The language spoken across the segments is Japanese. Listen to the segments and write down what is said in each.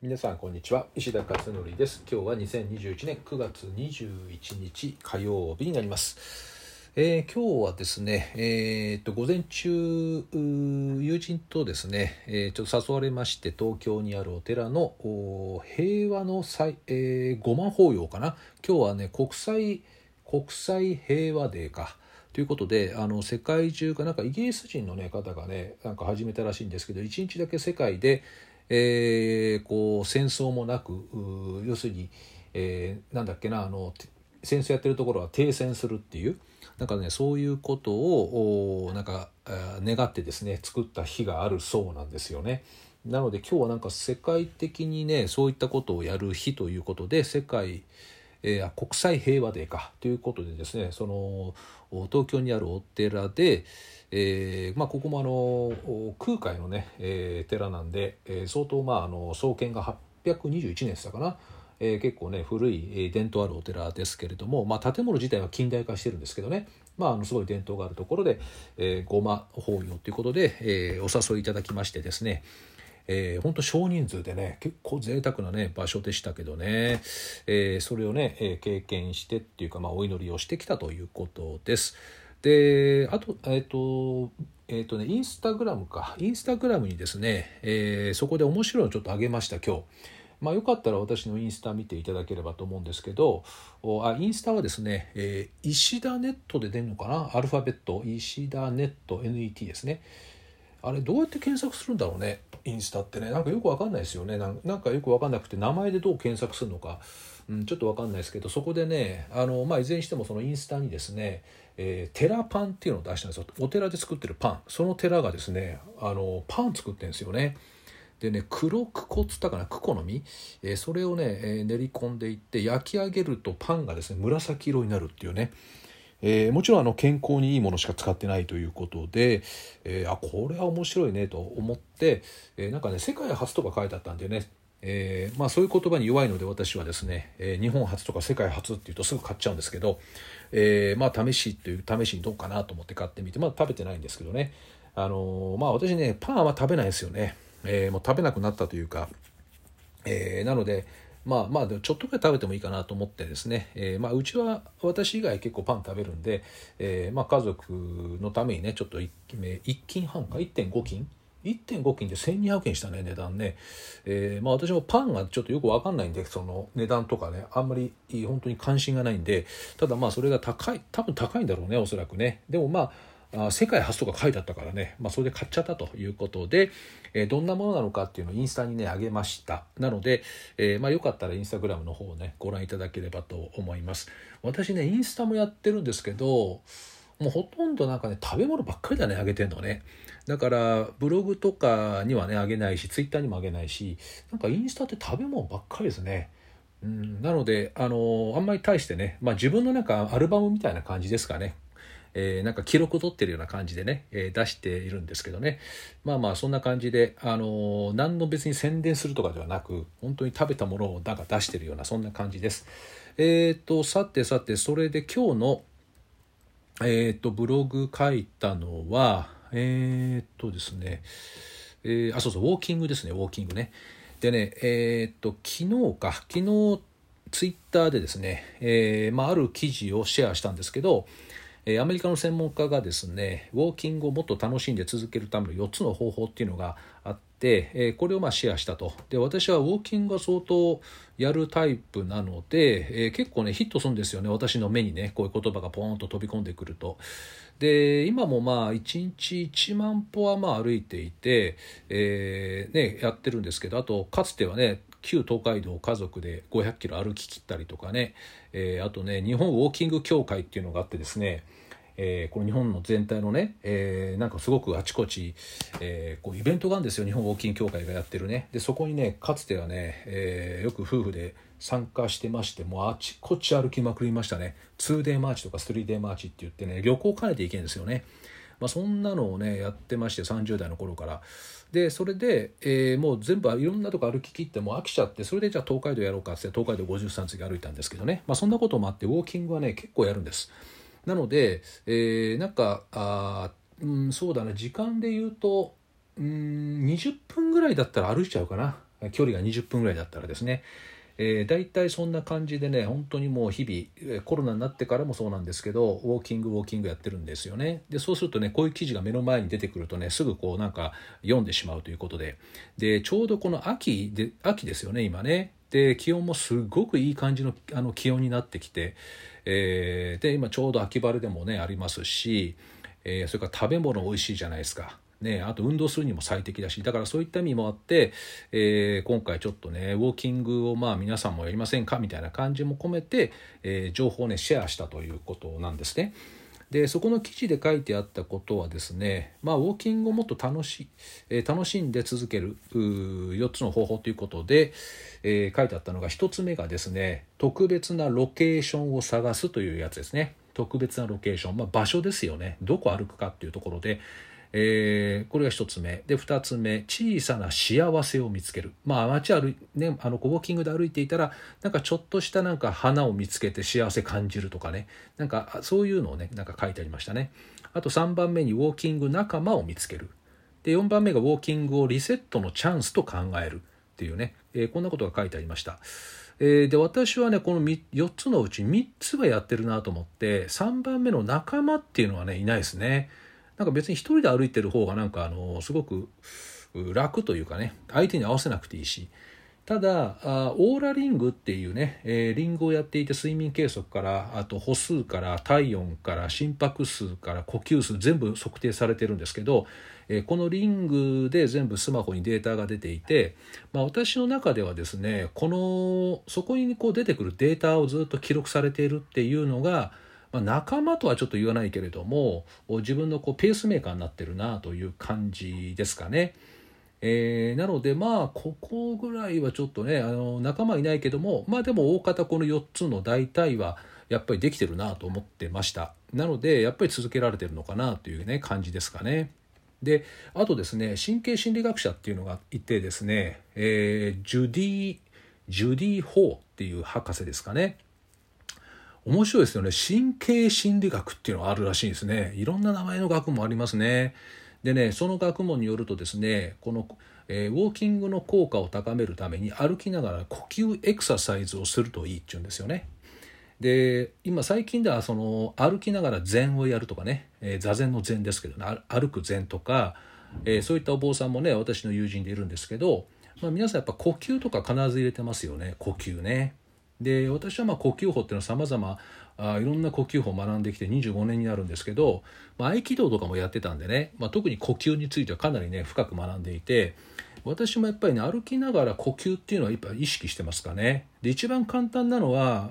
皆さんこんにちは、石田勝則です。今日は2021年9月21日火曜日になります。今日はですね、午前中友人とですね、ちょっと誘われまして東京にあるお寺の平和の祭、5万法要かな。今日はね国際平和デーかということで、世界中かなんかイギリス人の、方がねなんか始めたらしいんですけど、1日だけ世界でこう戦争もなく、要するに、なんだっけな、戦争やってるところは停戦するっていうなんかね、そういうことをなんか願ってですね作った日があるそうなんですよね。なので今日はなんか世界的にねそういったことをやる日ということで、国際平和デーかということでですね、その東京にあるお寺で、ここも空海のね、寺なんで、相当創建が821年でしたかな。結構ね古い伝統あるお寺ですけれども、建物自体は近代化してるんですけどね、すごい伝統があるところで、ごま法要ということで、お誘いいただきましてですね、本当少人数でね結構贅沢なね場所でしたけどね、それをね、経験してっていうか、お祈りをしてきたということです。であとインスタグラムにですね、そこで面白いのをちょっと上げました今日。よかったら私のインスタ見ていただければと思うんですけど、インスタはですね、石田ネットで出るのかな、アルファベット石田ネット NET ですね。あれどうやって検索するんだろうね、インスタってね。なんかよくわかんないですよね。なんかよくわかんなくて、名前でどう検索するのか、ちょっとわかんないですけど、そこでねいずれにしてもそのインスタにですね、寺パンっていうのを出したんですよ。お寺で作ってるパン、その寺がですねパン作ってるんですよね。でね、黒クコっつったかな、クコの実、それをね、練り込んでいって焼き上げるとパンがですね紫色になるっていうね、もちろん健康にいいものしか使ってないということで、これは面白いねと思って、なんかね世界初とか書いてあったんでね、そういう言葉に弱いので私はですね、日本初とか世界初っていうとすぐ買っちゃうんですけど、試しにどうかなと思って買ってみて、食べてないんですけどね、私ねパンは食べないですよね。もう食べなくなったというか、なのででもちょっとぐらい食べてもいいかなと思ってですね、うちは私以外結構パン食べるんで、家族のためにねちょっと1斤半か1.5斤で1200円したね値段ね。私もパンがちょっとよく分かんないんで、その値段とかねあんまり本当に関心がないんで、ただそれが多分高いんだろうね、おそらくね。でも世界初とか書いてあったからね、それで買っちゃったということで、どんなものなのかっていうのをインスタにね上げました。なので、よかったらインスタグラムの方をねご覧いただければと思います。私ねインスタもやってるんですけど、もうほとんどなんかね食べ物ばっかりだね上げてんのね。だからブログとかにはね上げないし、ツイッターにも上げないし、なんかインスタって食べ物ばっかりですね。なのであんまり大してね、自分のなんかアルバムみたいな感じですかね。なんか記録を取ってるような感じでね、出しているんですけどね。そんな感じで、何の別に宣伝するとかではなく、本当に食べたものをなんか出してるようなそんな感じです。さてそれで今日のブログ書いたのはですね、そうそうウォーキングですね、ウォーキングね。でね昨日ツイッターでですね、ある記事をシェアしたんですけど、アメリカの専門家がですねウォーキングをもっと楽しんで続けるための4つの方法っていうのがあって、これをシェアしたと。で私はウォーキングが相当やるタイプなので、結構ねヒットするんですよね、私の目にねこういう言葉がポーンと飛び込んでくると。で今も1日1万歩は歩いていて、やってるんですけど、あとかつてはね旧東海道を家族で500キロ歩き切ったりとかね、あとね日本ウォーキング協会っていうのがあってですね、この日本の全体のね、なんかすごくあちこち、こうイベントがあるんですよ、日本ウォーキング協会がやってるね。でそこにねかつてはね、よく夫婦で参加してまして、もうあちこち歩きまくりましたね。2デーマーチとか3デーマーチって言ってね、旅行を兼ねていけるんですよね。そんなのをねやってまして、30代の頃から。でそれで、もう全部いろんなとこ歩き切ってもう飽きちゃって、それでじゃあ東海道やろうかって東海道53次歩いたんですけどね、そんなこともあってウォーキングはね結構やるんです。なので、なんかそうだな、時間で言うと20分ぐらいだったら歩いちゃうかな。 距離が20分ぐらいだったらですね、だいたいそんな感じでね、本当にもう日々コロナになってからもそうなんですけど、ウォーキングやってるんですよね。でそうするとね、こういう記事が目の前に出てくるとね、すぐこうなんか読んでしまうということで、ちょうどこの秋ですよね今ね。で気温もすごくいい感じの気温になってきて、で今ちょうど秋晴れでもねありますし、それから食べ物美味しいじゃないですか。ね、あと運動するにも最適だし、だからそういった意味もあって、今回ちょっとねウォーキングを皆さんもやりませんかみたいな感じも込めて、情報をねシェアしたということなんですね。でそこの記事で書いてあったことはですね、ウォーキングをもっと楽しんで続ける4つの方法ということで、書いてあったのが、1つ目がですね、特別なロケーションを探すというやつですね。特別なロケーション、場所ですよね。どこ歩くかっていうところで、これが1つ目で、2つ目、小さな幸せを見つける。街歩いね、ウォーキングで歩いていたら、なんかちょっとしたなんか花を見つけて幸せ感じるとかね、なんかそういうのをねなんか書いてありましたね。あと3番目にウォーキング仲間を見つける。で4番目がウォーキングをリセットのチャンスと考えるっていうね、こんなことが書いてありました。で私はねこの4つのうち3つはやってるなと思って、3番目の仲間っていうのはねいないですね。なんか別に一人で歩いてる方がなんかすごく楽というかね、相手に合わせなくていいし、ただオーラリングっていうね、リングをやっていて、睡眠計測から、あと歩数から体温から心拍数から呼吸数全部測定されてるんですけど、このリングで全部スマホにデータが出ていて、私の中ではですね、そこにこう出てくるデータをずっと記録されているっていうのが、仲間とはちょっと言わないけれども、自分のこうペースメーカーになってるなという感じですかね。なのでここぐらいはちょっとね仲間いないけども、でも大方この4つの大体はやっぱりできてるなと思ってました。なのでやっぱり続けられてるのかなというね感じですかね。であとですね、神経心理学者っていうのがいてですね、ジュディ・ホーっていう博士ですかね。面白いですよね。神経心理学っていうのがあるらしいですね。いろんな名前の学問ありますね。でね、その学問によるとですね、この、ウォーキングの効果を高めるために歩きながら呼吸エクササイズをするといいっていうんですよね。で今最近ではその歩きながら禅をやるとかね、座禅の禅ですけどね、歩く禅とか、そういったお坊さんもね私の友人でいるんですけど、皆さんやっぱ呼吸とか必ず入れてますよね。呼吸ね。で私は呼吸法っていうのは様々いろんな呼吸法を学んできて25年になるんですけど、合気道とかもやってたんでね、特に呼吸についてはかなりね深く学んでいて、私もやっぱりね歩きながら呼吸っていうのはやっぱ意識してますかね。で一番簡単なのは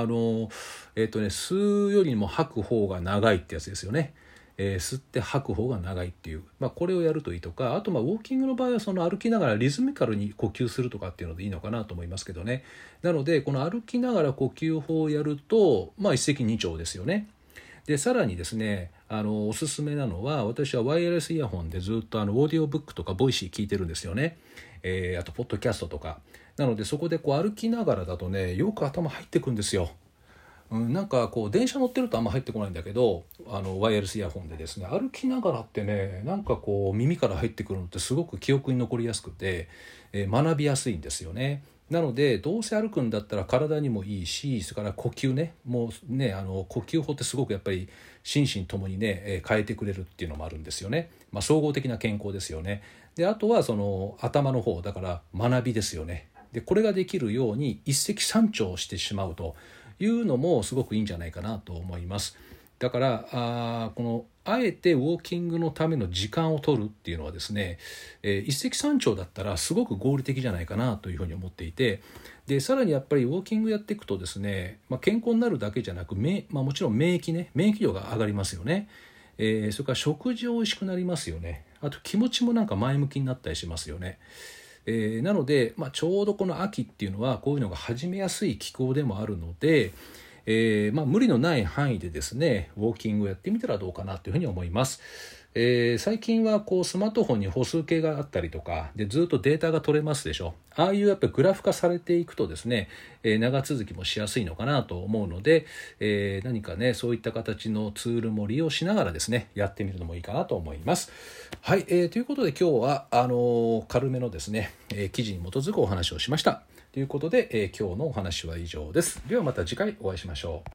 吸うよりも吐く方が長いってやつですよね。吸って吐く方が長いっていう、これをやるといいとか、あとウォーキングの場合はその歩きながらリズミカルに呼吸するとかっていうのでいいのかなと思いますけどね。なのでこの歩きながら呼吸法をやると一石二鳥ですよね。でさらにですねおすすめなのは、私はワイヤレスイヤホンでずっとオーディオブックとかボイシー聞いてるんですよね。あとポッドキャストとか。なのでそこでこう歩きながらだとねよく頭入ってくんですよ。なんかこう電車乗ってるとあんま入ってこないんだけど、ワイヤレスイヤホンでですね歩きながらってね、なんかこう耳から入ってくるのってすごく記憶に残りやすくて、学びやすいんですよね。なのでどうせ歩くんだったら体にもいいし、それから呼吸ね、もうね呼吸法ってすごくやっぱり心身ともにね変えてくれるっていうのもあるんですよね。総合的な健康ですよね。であとはその頭の方だから学びですよね。でこれができるように一石三鳥してしまうというのもすごくいいんじゃないかなと思います。だからあえてウォーキングのための時間を取るっていうのはですね、一石三鳥だったらすごく合理的じゃないかなというふうに思っていて、でさらにやっぱりウォーキングやっていくとですね、健康になるだけじゃなくもちろん免疫力が上がりますよね。それから食事美味しくなりますよね。あと気持ちもなんか前向きになったりしますよね。なので、ちょうどこの秋っていうのはこういうのが始めやすい気候でもあるので、無理のない範囲でですねウォーキングをやってみたらどうかなというふうに思います。 最近はこうスマートフォンに歩数計があったりとかでずっとデータが取れますでしょ。ああいうやっぱりグラフ化されていくとですね、長続きもしやすいのかなと思うので、何かねそういった形のツールも利用しながらですねやってみるのもいいかなと思います。はい、ということで今日は軽めのですね、記事に基づくお話をしましたということで、今日のお話は以上です。ではまた次回お会いしましょう。